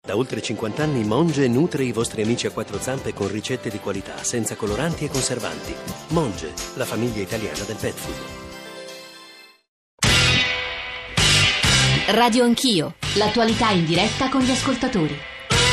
Da oltre 50 anni Monge nutre i vostri amici a quattro zampe con ricette di qualità, senza coloranti e conservanti. Monge, la famiglia italiana del pet food. Radio Anch'io, l'attualità in diretta con gli ascoltatori.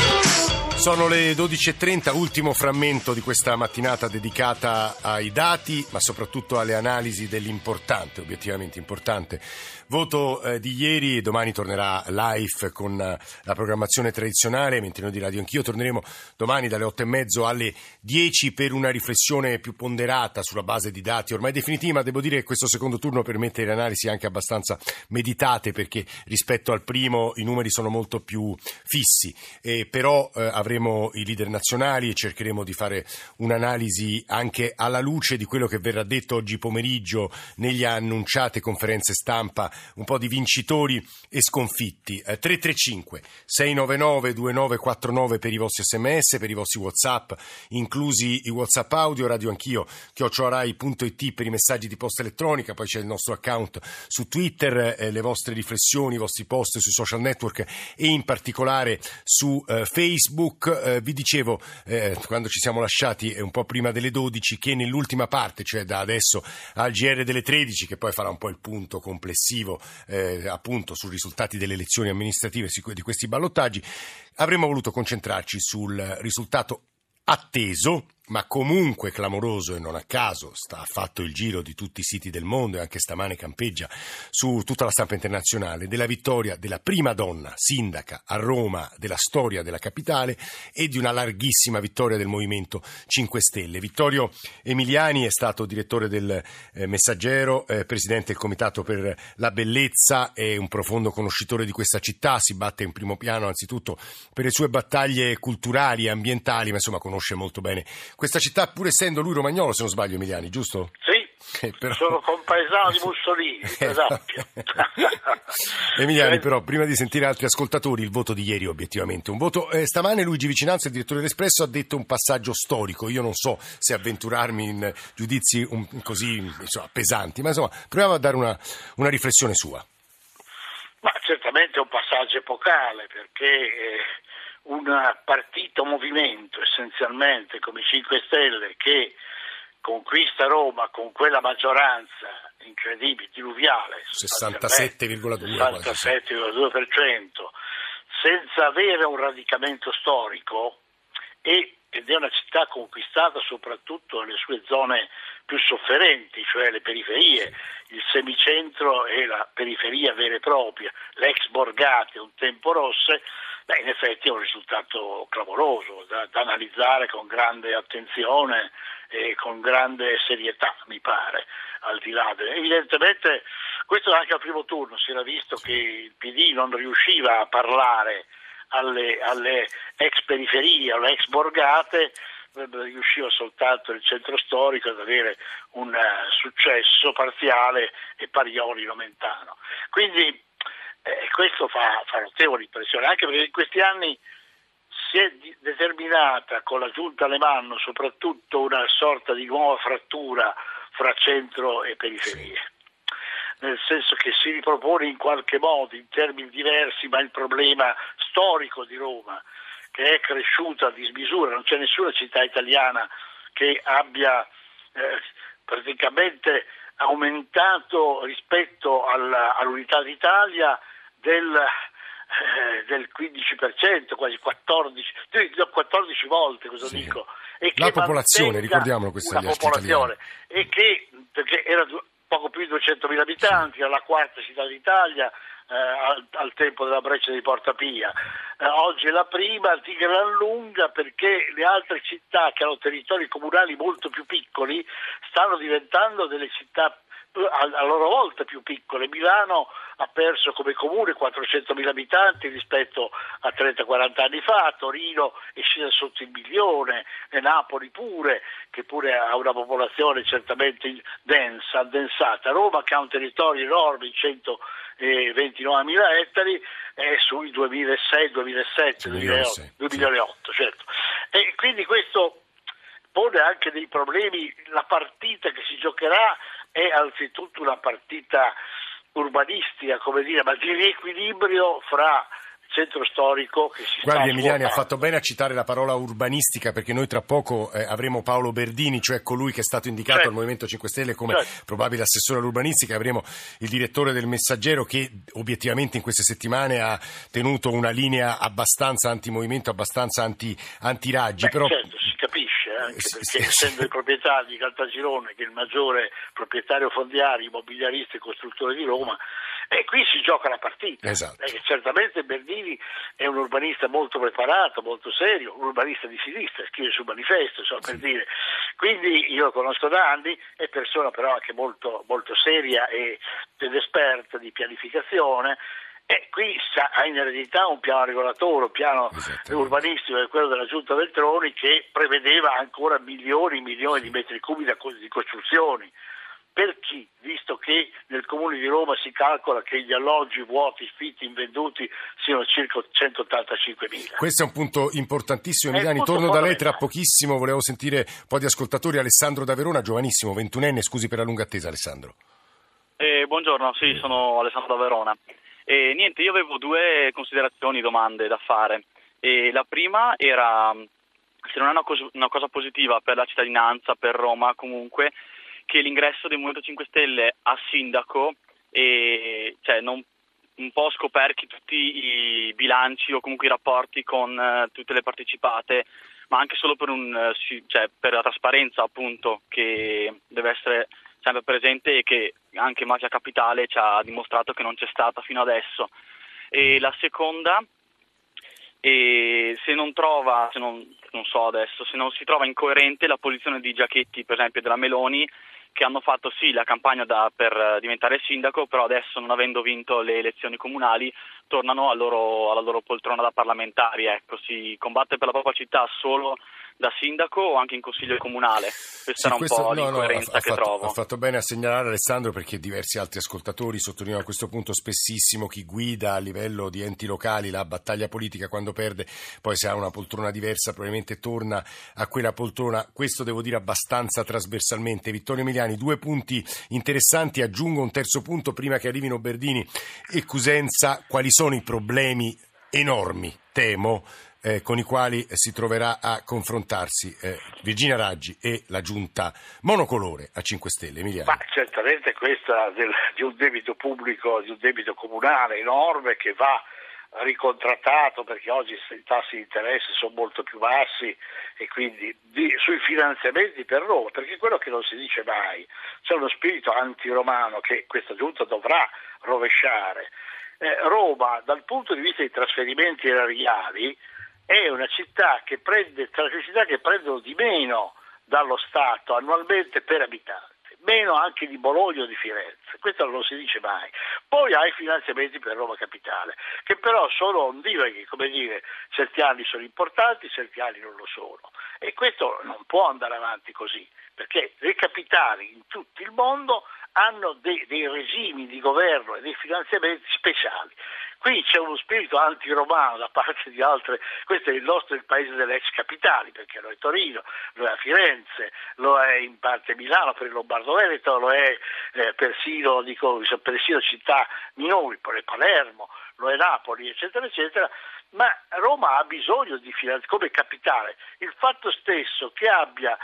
Sono le 12.30, ultimo frammento di questa mattinata dedicata ai dati, ma soprattutto alle analisi dell'importante, obiettivamente importante, voto di ieri. Domani tornerà live con la programmazione tradizionale, mentre noi di Radio Anch'io torneremo domani dalle 8:30 alle 10 per una riflessione più ponderata sulla base di dati ormai definitivi, ma devo dire che questo secondo turno permette le analisi anche abbastanza meditate, perché rispetto al primo i numeri sono molto più fissi, però avremo i leader nazionali e cercheremo di fare un'analisi anche alla luce di quello che verrà detto oggi pomeriggio negli annunciate conferenze stampa, un po' di vincitori e sconfitti. 335 699 2949 per i vostri sms, per i vostri WhatsApp, inclusi i WhatsApp audio, Radio Anch'io @rai.it per i messaggi di posta elettronica, poi c'è il nostro account su Twitter, le vostre riflessioni, i vostri post sui social network e in particolare su Facebook. Vi dicevo quando ci siamo lasciati un po' prima delle 12 che nell'ultima parte, cioè da adesso al GR delle 13, che poi farà un po' il punto complessivo appunto sui risultati delle elezioni amministrative di questi ballottaggi, avremmo voluto concentrarci sul risultato atteso, ma comunque clamoroso, e non a caso ha fatto il giro di tutti i siti del mondo e anche stamane campeggia su tutta la stampa internazionale, della vittoria della prima donna sindaca a Roma della storia della capitale e di una larghissima vittoria del Movimento 5 Stelle. Vittorio Emiliani è stato direttore del Messaggero, presidente del Comitato per la Bellezza, è un profondo conoscitore di questa città, si batte in primo piano anzitutto per le sue battaglie culturali e ambientali, ma insomma conosce molto bene questa città, pur essendo lui romagnolo, se non sbaglio, Emiliani, giusto? Sì, però... sono compaesano di Mussolini, esatto. Emiliani, però, prima di sentire altri ascoltatori, il voto di ieri obiettivamente un voto. Stamane Luigi Vicinanzo, il direttore dell'Espresso, ha detto un passaggio storico. Io non so se avventurarmi in giudizi così pesanti, ma insomma proviamo a dare una riflessione sua. Ma certamente è un passaggio epocale, perché un partito movimento essenzialmente come i 5 Stelle che conquista Roma con quella maggioranza incredibile, diluviale, 67,2%, senza avere un radicamento storico, ed è una città conquistata soprattutto nelle sue zone più sofferenti, cioè le periferie, il semicentro e la periferia vera e propria, l'ex Borgate, un tempo Rosse. In effetti è un risultato clamoroso da analizzare con grande attenzione e con grande serietà, mi pare, al di là evidentemente questo anche al primo turno si era visto che il PD non riusciva a parlare alle ex periferie, alle ex borgate, riusciva soltanto il centro storico ad avere un successo parziale e parioli lontano. Quindi questo fa notevole impressione, anche perché in questi anni si è determinata con la giunta Alemanno soprattutto una sorta di nuova frattura fra centro e periferie, nel senso che si ripropone in qualche modo in termini diversi, ma il problema storico di Roma, che è cresciuta a dismisura. Non c'è nessuna città italiana che abbia praticamente aumentato rispetto all'unità d'Italia del 15%, quasi 14 volte, dico. E che la popolazione, ricordiamolo, questa la popolazione, e che perché era poco più di 200.000 abitanti, era la quarta città d'Italia al tempo della breccia di Porta Pia. Oggi è la prima di gran lunga, perché le altre città che hanno territori comunali molto più piccoli stanno diventando delle città a loro volta più piccole. Milano ha perso come comune 400.000 abitanti rispetto a 30-40 anni fa, Torino è scesa sotto il milione, e Napoli pure, che pure ha una popolazione certamente densa, addensata. Roma, che ha un territorio enorme, 129.000 ettari, è sui 2006-2007, 2008, certo. E quindi questo pone anche dei problemi. La partita che si giocherà è anzitutto una partita urbanistica, ma di riequilibrio fra centro storico che si Guardi sta Emiliani, ha svuotando. fatto bene a citare la parola urbanistica, perché noi tra poco avremo Paolo Berdini, cioè colui che è stato indicato Certo. al Movimento 5 Stelle come Certo. probabile assessore all'urbanistica, avremo il direttore del Messaggero che obiettivamente in queste settimane ha tenuto una linea abbastanza antimovimento, abbastanza antiraggi. Però... Certo, si capisce, anche Sì, perché sì, essendo sì. il proprietario di Caltagirone, che è il maggiore proprietario fondiario, immobiliarista e costruttore di Roma, qui si gioca la partita. Esatto. Certamente Berdini è un urbanista molto preparato, molto serio, un urbanista di sinistra, scrive sul manifesto, per dire. Quindi io lo conosco da anni, è persona però anche molto, molto seria ed esperta di pianificazione. E qui ha in eredità un piano regolatore, un piano urbanistico, che è quello della Giunta Veltroni, che prevedeva ancora milioni e milioni di metri cubi di costruzioni. Per chi? Visto che nel Comune di Roma si calcola che gli alloggi vuoti, sfitti, invenduti siano circa 185.000. Questo è un punto importantissimo, Emiliani. Torno da lei tra pochissimo, volevo sentire un po' di ascoltatori. Alessandro da Verona, giovanissimo, 21enne, scusi per la lunga attesa Alessandro. Buongiorno, sì, sono Alessandro da Verona. Niente, io avevo due considerazioni, domande da fare. La prima era, se non è una cosa positiva per la cittadinanza, per Roma comunque, che l'ingresso del Movimento 5 Stelle a sindaco, un po' scoperchi tutti i bilanci o comunque i rapporti con tutte le partecipate, ma anche solo per la trasparenza appunto che deve essere sempre presente e che anche Mafia Capitale ci ha dimostrato che non c'è stata fino adesso. E la seconda, se non si trova incoerente la posizione di Giachetti, per esempio della Meloni, che hanno fatto sì la campagna per diventare sindaco, però adesso, non avendo vinto le elezioni comunali, tornano alla loro poltrona da parlamentari. Ecco, si combatte per la propria città solo da sindaco o anche in consiglio comunale? Questa era un po' l'incoerenza che trovo. Ha fatto bene a segnalare Alessandro, perché diversi altri ascoltatori sottolineano a questo punto spessissimo chi guida a livello di enti locali la battaglia politica, quando perde poi se ha una poltrona diversa probabilmente torna a quella poltrona. Questo devo dire abbastanza trasversalmente. Vittorio Emiliani, due punti interessanti, aggiungo un terzo punto prima che arrivino Berdini e Cusenza. Quali sono i problemi enormi, temo, con i quali si troverà a confrontarsi Virginia Raggi e la giunta monocolore a 5 Stelle? Emiliano. Ma certamente questa di un debito pubblico, di un debito comunale enorme che va ricontrattato, perché oggi i tassi di interesse sono molto più bassi, e quindi sui finanziamenti per Roma, perché quello che non si dice mai, c'è uno spirito antiromano che questa giunta dovrà rovesciare. Roma, dal punto di vista dei trasferimenti erariali, è una città che prendono di meno dallo Stato annualmente per abitante, meno anche di Bologna o di Firenze, questo non si dice mai. Poi ha i finanziamenti per Roma Capitale, che però sono ondivaghi, come dire, certi anni sono importanti, certi anni non lo sono, e questo non può andare avanti così, perché le capitali in tutto il mondo hanno dei regimi di governo e dei finanziamenti speciali. Qui c'è uno spirito antiromano da parte di altre, questo è il paese delle ex capitali, perché lo è Torino, lo è a Firenze, lo è in parte Milano per il Lombardo-Veneto, lo è persino città minori, poi è Palermo, lo è Napoli, eccetera, eccetera. Ma Roma ha bisogno di finanziamenti come capitale. Il fatto stesso che abbia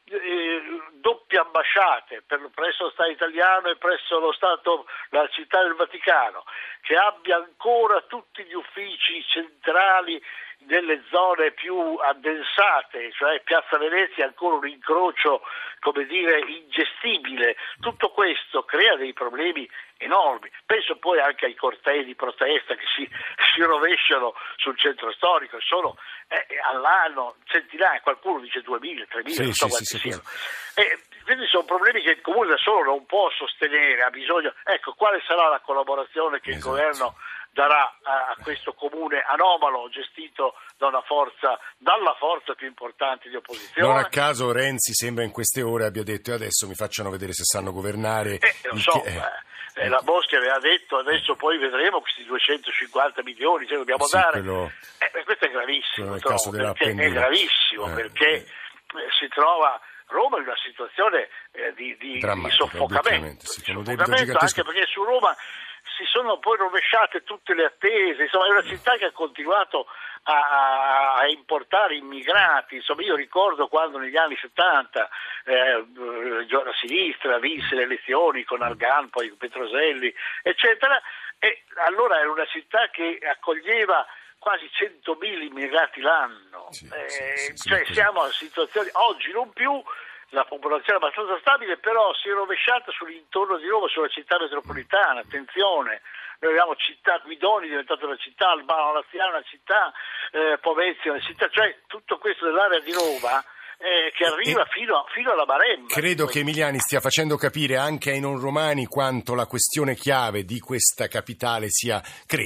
doppie ambasciate presso lo Stato italiano e presso la città del Vaticano, che abbia ancora tutti gli uffici centrali nelle zone più addensate, cioè Piazza Venezia è ancora un incrocio, come dire, ingestibile. Tutto questo crea dei problemi enormi. Penso poi anche ai cortei di protesta che si rovesciano sul centro storico, sono all'anno centinaia, qualcuno dice 2.000, 3.000, non so quanti siano. Quindi sono problemi che il Comune da solo non può sostenere, ha bisogno. Ecco, quale sarà la collaborazione che il governo darà a questo comune anomalo, gestito dalla forza più importante di opposizione? Non a caso Renzi sembra in queste ore abbia detto: adesso mi facciano vedere se sanno governare. La Boschi aveva detto: adesso poi vedremo questi 250 milioni che dobbiamo dare. Questo è gravissimo, è gravissimo, perché si trova Roma in una situazione di soffocamento, anche perché su Roma si sono poi rovesciate tutte le attese, insomma è una città che ha continuato a importare immigrati, insomma io ricordo quando negli anni 70 la sinistra vinse le elezioni con Argan, poi Petroselli, eccetera, e allora era una città che accoglieva quasi 100.000 immigrati l'anno, siamo a situazioni, oggi non più, la popolazione è abbastanza stabile, però si è rovesciata sull'intorno di Roma, sulla città metropolitana, attenzione, noi abbiamo città, Guidoni è diventata una città, Albano Laziano una città, Pomezia una città, cioè tutto questo dell'area di Roma che arriva fino alla Maremma. Credo che Emiliani stia facendo capire anche ai non romani quanto la questione chiave di questa capitale sia,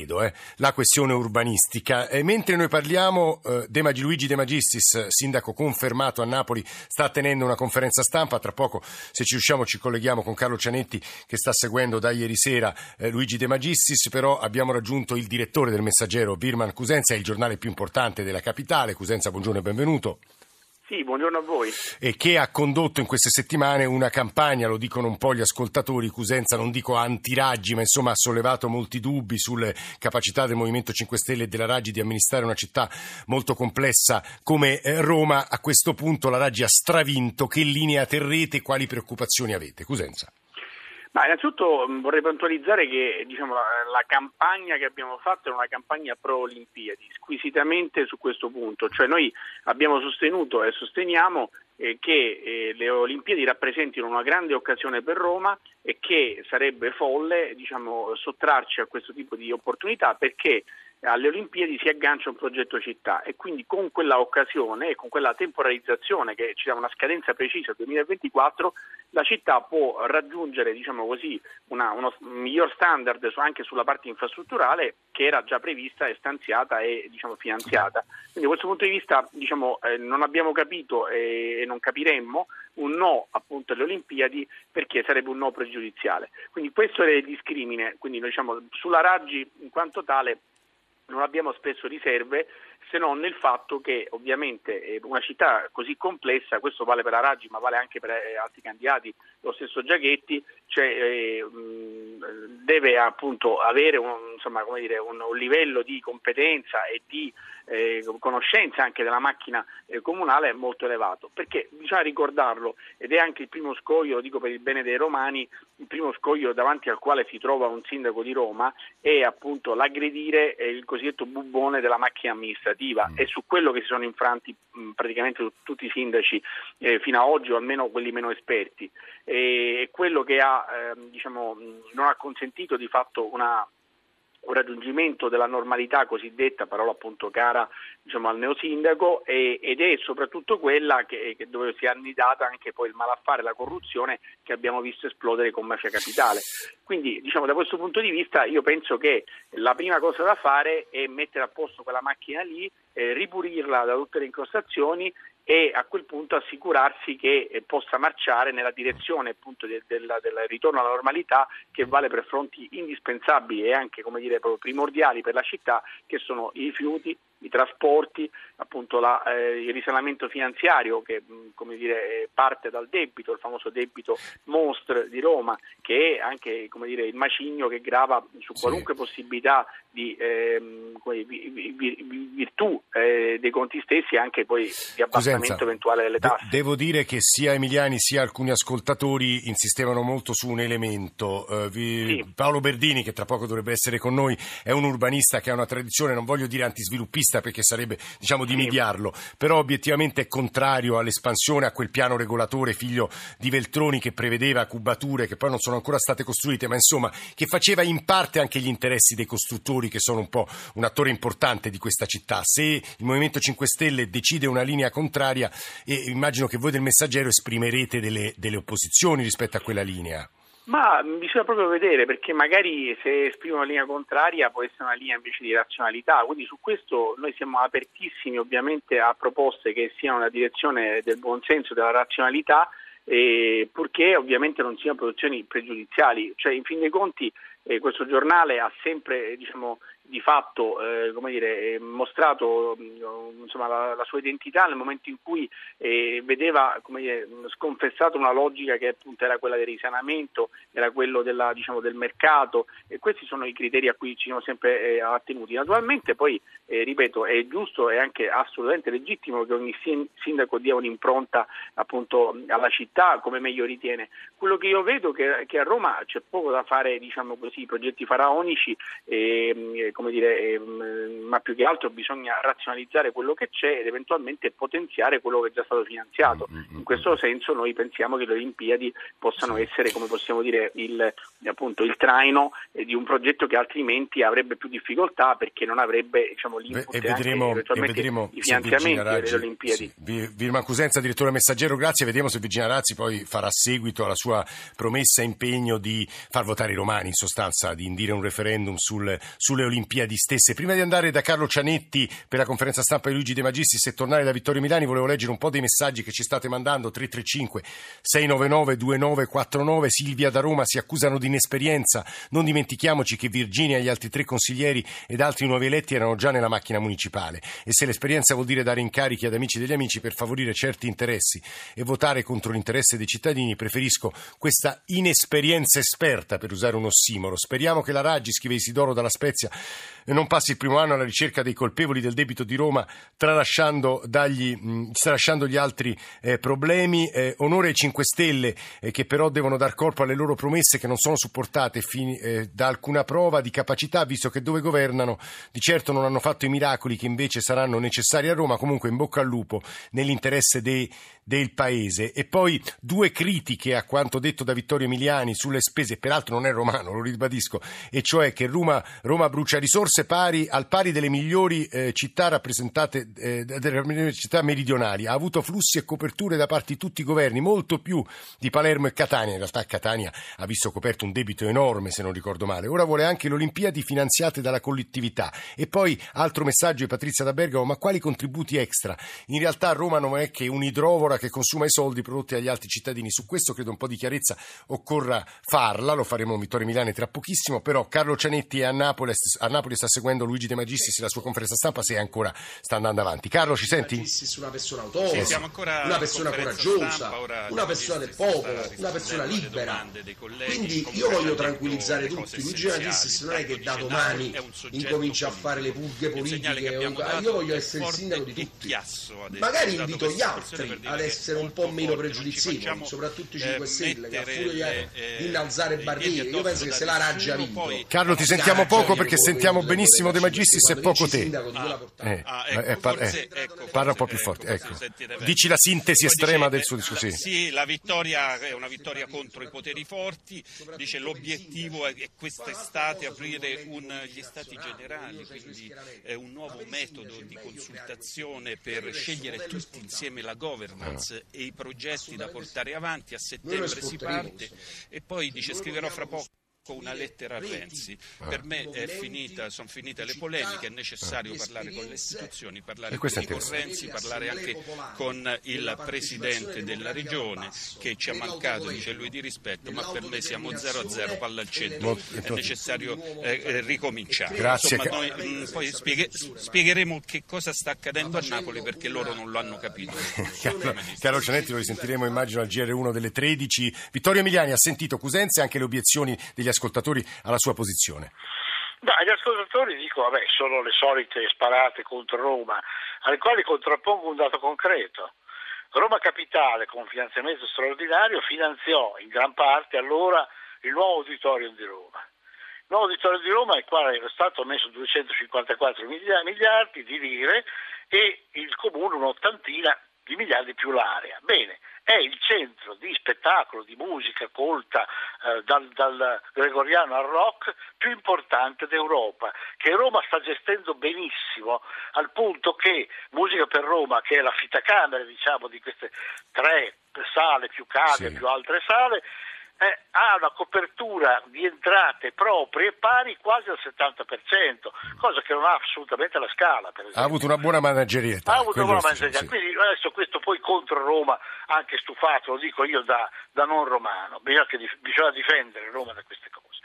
la questione urbanistica. Mentre noi parliamo, Luigi De Magistris, sindaco confermato a Napoli, sta tenendo una conferenza stampa. Tra poco, se ci riusciamo, ci colleghiamo con Carlo Cianetti che sta seguendo da ieri sera Luigi De Magistris, però abbiamo raggiunto il direttore del Messaggero, Virman Cusenza, è il giornale più importante della capitale. Cusenza, buongiorno e benvenuto. Sì, buongiorno a voi. E che ha condotto in queste settimane una campagna, lo dicono un po' gli ascoltatori, Cusenza, non dico anti-Raggi, ma insomma ha sollevato molti dubbi sulle capacità del Movimento 5 Stelle e della Raggi di amministrare una città molto complessa come Roma. A questo punto la Raggi ha stravinto. Che linea terrete? Quali preoccupazioni avete? Cusenza. Ma innanzitutto vorrei puntualizzare che la campagna che abbiamo fatto è una campagna pro Olimpiadi, squisitamente su questo punto, cioè noi abbiamo sostenuto e sosteniamo che le Olimpiadi rappresentino una grande occasione per Roma e che sarebbe folle sottrarci a questo tipo di opportunità, perché alle Olimpiadi si aggancia un progetto città e quindi con quella occasione e con quella temporalizzazione che ci dà una scadenza precisa 2024, la città può raggiungere uno miglior standard anche sulla parte infrastrutturale che era già prevista e stanziata e finanziata. Quindi da questo punto di vista non abbiamo capito e non capiremmo un no appunto alle Olimpiadi, perché sarebbe un no pregiudiziale. Quindi questo è il discrimine, quindi noi sulla Raggi in quanto tale non abbiamo spesso riserve, se non nel fatto che ovviamente una città così complessa, questo vale per la Raggi ma vale anche per altri candidati, lo stesso Giachetti, deve appunto avere un livello di competenza e di conoscenza anche della macchina comunale molto elevato, perché bisogna ricordarlo, ed è anche il primo scoglio, lo dico per il bene dei romani, il primo scoglio davanti al quale si trova un sindaco di Roma è appunto l'aggredire il cosiddetto bubbone della macchina amministrativa. È su quello che si sono infranti praticamente tutti i sindaci fino a oggi, o almeno quelli meno esperti, e quello che non ha consentito di fatto un raggiungimento della normalità cosiddetta, parola appunto cara al neosindaco, ed è soprattutto quella dove si è annidata anche poi il malaffare e la corruzione che abbiamo visto esplodere con Mafia Capitale. Quindi da questo punto di vista io penso che la prima cosa da fare è mettere a posto quella macchina lì, ripulirla da tutte le incrostazioni e a quel punto assicurarsi che possa marciare nella direzione appunto del ritorno alla normalità, che vale per fronti indispensabili e anche proprio primordiali per la città, che sono i rifiuti, i trasporti, appunto il risanamento finanziario che parte dal debito, il famoso debito Most di Roma, che è anche il macigno che grava su qualunque possibilità di virtù dei conti stessi, e anche poi di abbassamento eventuale delle tasse. Devo dire che sia Emiliani sia alcuni ascoltatori insistevano molto su un elemento. Paolo Berdini, che tra poco dovrebbe essere con noi, è un urbanista che ha una tradizione, non voglio dire antisviluppista perché sarebbe di mediarlo, però obiettivamente è contrario all'espansione, a quel piano regolatore figlio di Veltroni che prevedeva cubature che poi non sono ancora state costruite, ma insomma che faceva in parte anche gli interessi dei costruttori, che sono un po' un attore importante di questa città. Se il Movimento 5 Stelle decide una linea contraria, immagino che voi del Messaggero esprimerete delle opposizioni rispetto a quella linea. Ma bisogna proprio vedere, perché magari se esprime una linea contraria può essere una linea invece di razionalità, quindi su questo noi siamo apertissimi ovviamente a proposte che siano nella direzione del buonsenso e della razionalità, purché ovviamente non siano posizioni pregiudiziali. Cioè, in fin dei conti questo giornale ha sempre di fatto mostrato insomma, la sua identità nel momento in cui vedeva sconfessata una logica che appunto era quella del risanamento, era quello del mercato, e questi sono i criteri a cui ci siamo sempre attenuti. Naturalmente poi, ripeto, è giusto e anche assolutamente legittimo che ogni sindaco dia un'impronta appunto alla città come meglio ritiene. Quello che io vedo è che a Roma c'è poco da fare, progetti faraonici, ma più che altro bisogna razionalizzare quello che c'è ed eventualmente potenziare quello che è già stato finanziato. In questo senso noi pensiamo che le Olimpiadi possano essere, come possiamo dire, il traino di un progetto che altrimenti avrebbe più difficoltà, perché non avrebbe l'input e vedremo i finanziamenti delle Olimpiadi. Sì. Virman Cusenza, direttore Messaggero, grazie. Vediamo se Virginia Razzi poi farà seguito alla sua promessa e impegno di far votare i romani, in sostanza di indire un referendum sulle Olimpiadi stesse. Prima di andare da Carlo Cianetti per la conferenza stampa di Luigi De Magistris e tornare da Vittorio Milani, volevo leggere un po' dei messaggi che ci state mandando. 335 699 2949. Silvia da Roma: si accusano di inesperienza, non dimentichiamoci che Virginia e gli altri 3 consiglieri ed altri nuovi eletti erano già nella macchina municipale, e se l'esperienza vuol dire dare incarichi ad amici degli amici per favorire certi interessi e votare contro l'interesse dei cittadini, preferisco questa inesperienza esperta, per usare un ossimoro. Speriamo che la Raggi, scrive Isidoro dalla Spezia, non passi il primo anno alla ricerca dei colpevoli del debito di Roma, tralasciando gli altri problemi. Onore ai 5 Stelle, che però devono dar corpo alle loro promesse, che non sono supportate da alcuna prova di capacità, visto che dove governano di certo non hanno fatto i miracoli che invece saranno necessari a Roma. Comunque in bocca al lupo nell'interesse del Paese. E poi 2 critiche a quanto detto da Vittorio Emiliani sulle spese, peraltro non è romano, lo ribadisco, e cioè che Roma brucia risorse al pari delle migliori città rappresentate, delle città meridionali. Ha avuto flussi e coperture da parte di tutti i governi, molto più di Palermo e Catania. In realtà Catania ha visto coperto un debito enorme, se non ricordo male. Ora vuole anche le Olimpiadi finanziate dalla collettività. E poi altro messaggio di Patrizia da Bergamo: ma quali contributi extra? In realtà Roma non è che un'idrovora che consuma i soldi prodotti dagli altri cittadini. Su questo credo un po' di chiarezza occorra farla, lo faremo in Vittorio Milani tra pochissimo. Però Carlo Cianetti a Napoli sta seguendo Luigi De Magistris, la sua conferenza stampa, se ancora sta andando avanti. Carlo, ci senti? Una persona autonoma, una persona coraggiosa, una persona del popolo, una persona libera. Quindi io voglio tranquillizzare tutti. Luigi De Magistris non è che da domani incomincia a fare le purghe politiche. Io voglio essere il sindaco di tutti. Magari invito gli altri ad essere un po' meno pregiudizievoli, soprattutto i 5 Stelle, che a furia di innalzare barriere. Io penso che se la Raggi ha vinto. Carlo, ti sentiamo poco perché sentiamo benissimo De Magistris e poco te. Parla un po' più forte. Ecco. Dici la sintesi estrema del suo discorso. Sì, la vittoria è una vittoria contro i poteri forti. Dice l'obiettivo è quest'estate aprire gli stati generali, quindi un nuovo metodo di consultazione per scegliere tutti insieme la governance e i progetti da portare avanti. A settembre si parte e poi dice scriverò fra poco una lettera a Renzi. Per me sono finite le polemiche, è necessario parlare con le istituzioni, parlare con Renzi, parlare anche con il Presidente della Regione, che ci ha mancato, dice lui, di rispetto, ma per me siamo 0-0, palla al centro, è necessario ricominciare. Grazie. Insomma, noi poi spiegheremo che cosa sta accadendo a Napoli, perché loro non lo hanno capito. Carlo Cianetti lo risentiremo, immagino, al GR1 delle 13. Vittorio Emiliani ha sentito Cusenza e anche le obiezioni degli ascoltatori alla sua posizione. Gli ascoltatori dicono sono le solite sparate contro Roma, alle quali contrappongo un dato concreto. Roma Capitale, con finanziamento straordinario, finanziò in gran parte allora il nuovo auditorium di Roma. Il nuovo auditorium di Roma, al quale era stato messo 254 miliardi di lire, e il comune un'ottantina di miliardi più l'area. Bene, è il centro di spettacolo, di musica colta, dal gregoriano al rock, più importante d'Europa, che Roma sta gestendo benissimo, al punto che Musica per Roma, che è l'affitacamere di queste 3 sale più cave, più altre sale, ha una copertura di entrate proprie pari quasi al 70%, cosa che non ha assolutamente la Scala, per esempio. Ha avuto una buona managerietà. Quindi adesso questo poi contro Roma, anche stufato, lo dico io da non romano, bisogna difendere Roma da queste cose.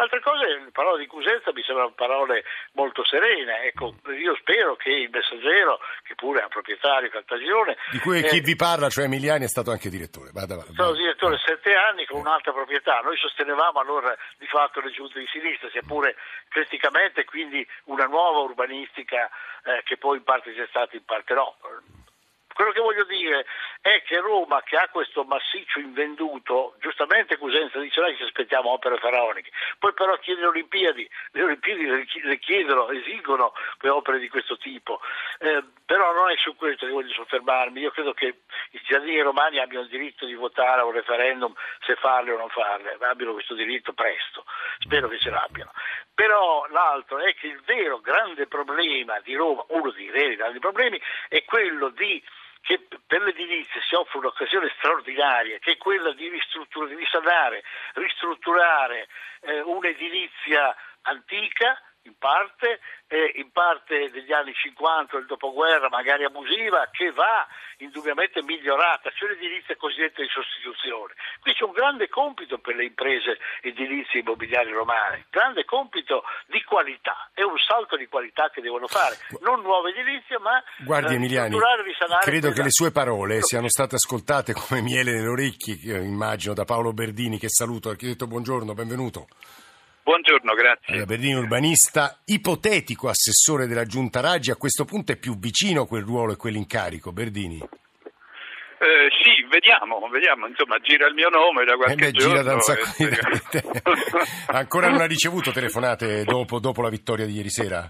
Altre cose, le parole di Cosenza mi sembrano parole molto serene. Ecco, io spero che il Messaggero, che pure è un proprietario Caltagirone, di cui chi vi parla, cioè Emiliani, è stato anche direttore. Sono direttore 7 anni con un'altra proprietà. Noi sostenevamo allora di fatto le giunte di sinistra, sia pure criticamente, quindi una nuova urbanistica che poi in parte c'è stata, in parte no. Quello che voglio dire è che Roma, che ha questo massiccio invenduto, giustamente Cosenza dice noi ci aspettiamo opere faraoniche, poi però chiede le Olimpiadi le chiedono, esigono le opere di questo tipo, però non è su questo che voglio soffermarmi. Io credo che i cittadini romani abbiano il diritto di votare a un referendum, se farle o non farle, abbiano questo diritto presto, spero che ce l'abbiano. Però l'altro è che il vero grande problema di Roma, uno dei veri grandi problemi, è quello che per l'edilizia si offre un'occasione straordinaria, che è quella di risanare, ristrutturare un'edilizia antica, in parte degli anni 50 del dopoguerra, magari abusiva, che va indubbiamente migliorata. C'è un'edilizia cosiddetta di sostituzione. Qui c'è un grande compito per le imprese edilizie immobiliari romane, grande compito di qualità, è un salto di qualità che devono fare, non nuova edilizia, ma guardi Emiliani, risanare. Credo che le sue parole siano state ascoltate come miele nelle orecchie, immagino, da Paolo Berdini, che saluto, che ha detto buongiorno, benvenuto. Buongiorno, grazie. Berdini, urbanista, ipotetico assessore della Giunta Raggi, a questo punto è più vicino quel ruolo e quell'incarico, Berdini? Sì, vediamo, insomma, gira il mio nome da qualche giorno. Gira da un sacco di tempo. Ancora non ha ricevuto telefonate dopo la vittoria di ieri sera?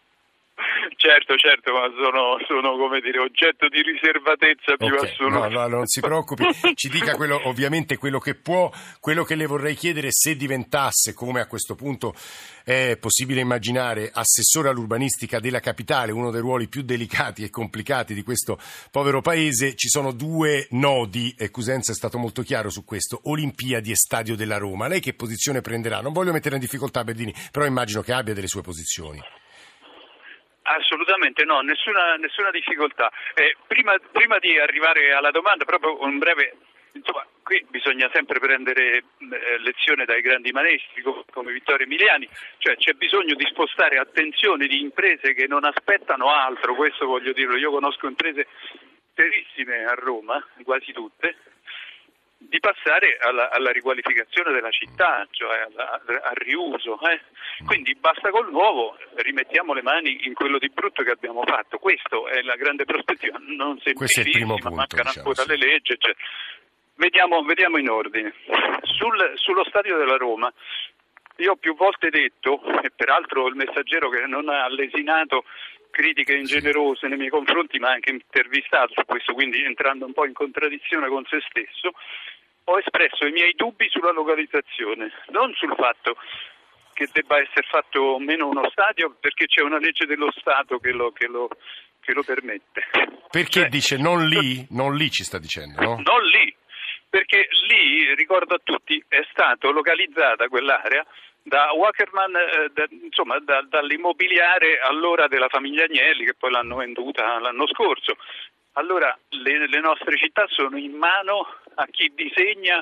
Certo, ma sono come dire, oggetto di riservatezza più assoluta. No, non si preoccupi, ci dica ovviamente quello che può. Quello che le vorrei chiedere, se diventasse, come a questo punto è possibile immaginare, assessore all'urbanistica della capitale, uno dei ruoli più delicati e complicati di questo povero paese, ci sono due nodi, e Cosenza è stato molto chiaro su questo: Olimpiadi e Stadio della Roma. Lei che posizione prenderà? Non voglio mettere in difficoltà Berdini, però immagino che abbia delle sue posizioni. Assolutamente no, nessuna difficoltà. Prima di arrivare alla domanda, proprio un breve, insomma, qui bisogna sempre prendere lezione dai grandi maestri come Vittorio Emiliani, cioè c'è bisogno di spostare attenzione di imprese che non aspettano altro, questo voglio dirlo. Io conosco imprese serissime a Roma, quasi tutte, di passare alla riqualificazione della città, cioè al riuso. Quindi basta col nuovo, rimettiamo le mani in quello di brutto che abbiamo fatto. Questa è la grande prospettiva, non semplicissima, mancano ancora le leggi. Cioè. Vediamo in ordine. Sullo Stadio della Roma, io ho più volte detto, e peraltro il Messaggero, che non ha lesinato critiche ingenerose nei miei confronti, ma anche intervistato su questo, quindi entrando un po' in contraddizione con se stesso, ho espresso i miei dubbi sulla localizzazione, non sul fatto che debba essere fatto o meno uno stadio, perché c'è una legge dello Stato che lo permette. Perché dice non lì? Non lì ci sta dicendo, no? Non lì, perché lì, ricordo a tutti, è stato localizzata quell'area da Wackerman, dall'immobiliare allora della famiglia Agnelli, che poi l'hanno venduta l'anno scorso. Allora le nostre città sono in mano a chi disegna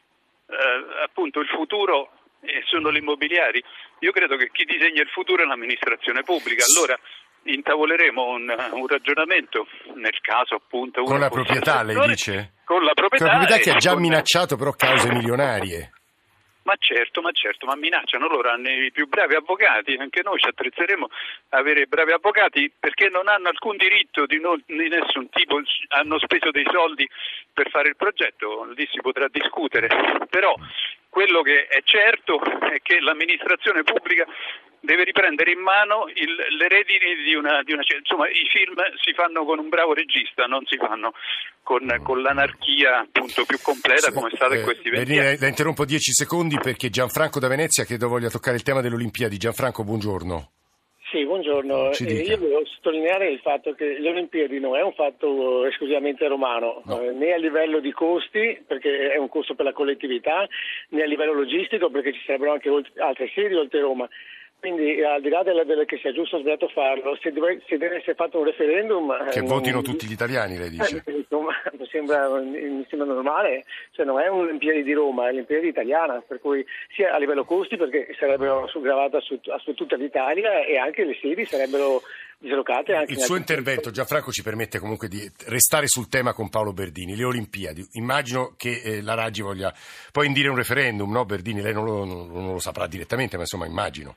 appunto il futuro, e sono le immobiliari. Io credo che chi disegna il futuro è l'amministrazione pubblica. Allora intavoleremo un ragionamento, nel caso appunto... Con la proprietà, lei dice? Con la proprietà che ha già minacciato però cause milionarie. Ma certo, ma minacciano, loro hanno i più bravi avvocati, anche noi ci attrezzeremo a avere bravi avvocati, perché non hanno alcun diritto di nessun tipo, hanno speso dei soldi per fare il progetto, lì si potrà discutere, però quello che è certo è che l'amministrazione pubblica deve riprendere in mano le redini di una insomma, i film si fanno con un bravo regista, non si fanno con l'anarchia appunto più completa come è stata in questi 20 anni. La interrompo 10 secondi perché Gianfranco da Venezia credo voglia toccare il tema delle Olimpiadi. Gianfranco, buongiorno. Sì, buongiorno. Io volevo sottolineare il fatto che le Olimpiadi non è un fatto esclusivamente romano, né a livello di costi, perché è un costo per la collettività, né a livello logistico, perché ci sarebbero anche altre sedi oltre Roma. Quindi al di là delle che sia giusto o sbagliato farlo, se deve essere fatto un referendum... Che votino tutti gli italiani, lei dice? Insomma, sembra normale, cioè non è un'Olimpiadi di Roma, è l'Olimpiadi italiana, per cui sia a livello costi, perché sarebbero gravate su tutta l'Italia, e anche le sedi sarebbero dislocate. Anche il suo intervento, Gianfranco, ci permette comunque di restare sul tema con Paolo Berdini. Le Olimpiadi, immagino che la Raggi voglia poi indire un referendum, no Berdini? Lei non lo saprà direttamente, ma insomma immagino.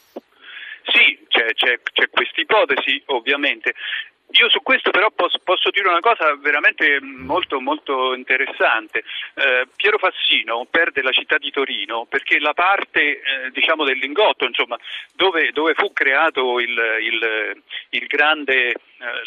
Sì, c'è questa ipotesi ovviamente. Io su questo però posso dire una cosa veramente molto molto interessante. Piero Fassino perde la città di Torino perché la parte diciamo del Lingotto, insomma, dove fu creato il grande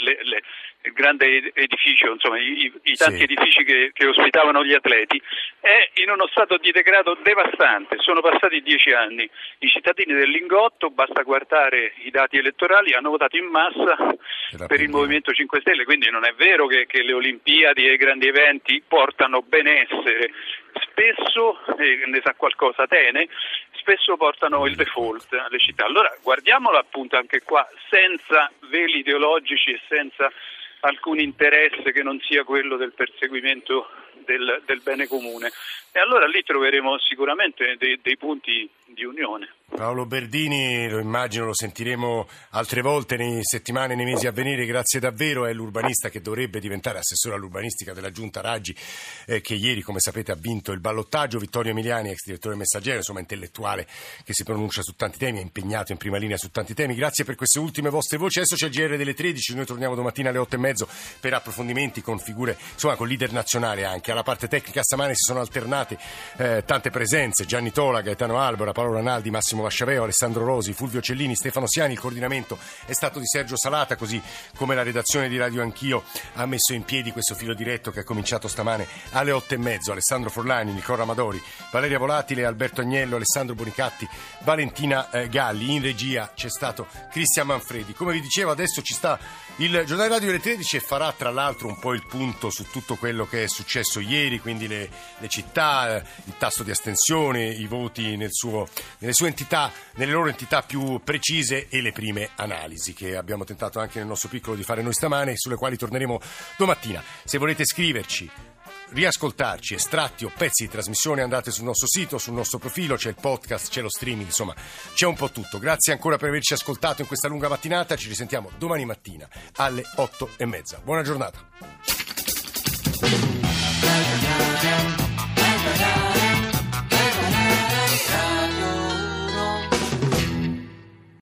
il grande edificio, insomma i tanti edifici che ospitavano gli atleti, è in uno stato di degrado devastante. Sono passati 10 anni, i cittadini del Lingotto, basta guardare i dati elettorali, hanno votato in massa per il Movimento 5 Stelle, quindi non è vero che le Olimpiadi e i grandi eventi portano benessere. Spesso, ne sa qualcosa Atene, spesso portano il default alle città. Allora guardiamolo appunto anche qua, senza veli ideologici e senza alcun interesse che non sia quello del perseguimento del bene comune, e allora lì troveremo sicuramente dei punti di unione. Paolo Berdini, lo immagino, lo sentiremo altre volte nei settimane e nei mesi a venire, grazie davvero. È l'urbanista che dovrebbe diventare assessore all'urbanistica della Giunta Raggi, che ieri, come sapete, ha vinto il ballottaggio. Vittorio Emiliani, ex direttore Messaggero, insomma intellettuale che si pronuncia su tanti temi, è impegnato in prima linea su tanti temi. Grazie per queste ultime vostre voci. Adesso c'è il GR delle 13, noi torniamo domattina alle 8:30 per approfondimenti con figure, insomma con leader nazionale anche. Alla parte tecnica stamane si sono alternate tante presenze: Gianni Tola, Gaetano Albora, Paolo Ranaldi, Massimo Vasciaveo, Alessandro Rosi, Fulvio Cellini, Stefano Siani. Il coordinamento è stato di Sergio Salata, così come la redazione di Radio Anch'io ha messo in piedi questo filo diretto che è cominciato stamane alle 8:30. Alessandro Forlani, Nicola Amadori, Valeria Volatile, Alberto Agnello, Alessandro Bonicatti, Valentina Galli. In regia c'è stato Cristian Manfredi. Come vi dicevo, adesso ci sta il giornale radio delle 13 e farà tra l'altro un po' il punto su tutto quello che è successo ieri, quindi le città, il tasso di astensione, i voti nelle sue entità, nelle loro entità più precise, e le prime analisi che abbiamo tentato anche nel nostro piccolo di fare noi stamane, sulle quali torneremo domattina. Se volete scriverci, riascoltarci, estratti o pezzi di trasmissione, andate sul nostro sito, sul nostro profilo, c'è il podcast, c'è lo streaming, insomma c'è un po' tutto. Grazie ancora per averci ascoltato in questa lunga mattinata, ci risentiamo domani mattina alle 8:30. Buona giornata.